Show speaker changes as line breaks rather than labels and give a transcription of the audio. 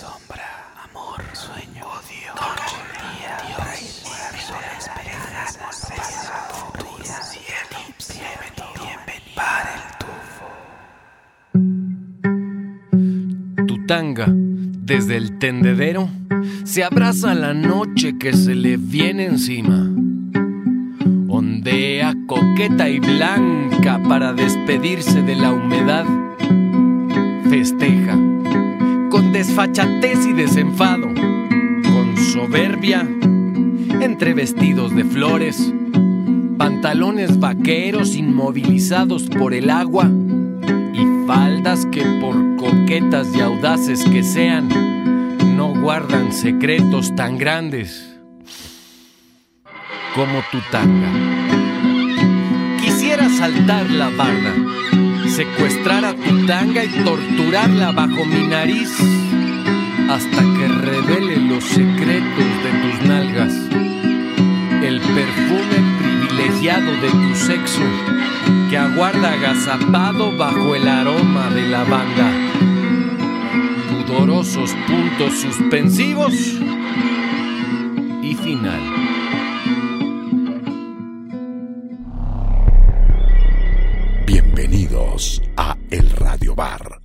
sombra, amor, sueño, odio, noche, día, Dios, muerte, esperanza, futuro, cielo, bienvenido, para el tufo.
Tu tanga, desde el tendedero, se abraza la noche que se le viene encima. Ondea coqueta y blanca para despedirse de la humedad. Festeja, con desfachatez y desenfado, con soberbia, entre vestidos de flores, pantalones vaqueros inmovilizados por el agua y faldas que por coquetas y audaces que sean, no guardan secretos tan grandes como tu tanga. Quisiera saltar la barda, secuestrar a tu tanga y torturarla bajo mi nariz hasta que revele los secretos de tus nalgas, el perfume privilegiado de tu sexo que aguarda agazapado bajo el aroma de lavanda. Pudorosos puntos suspensivos y final.
Bienvenidos a El Radio Bar.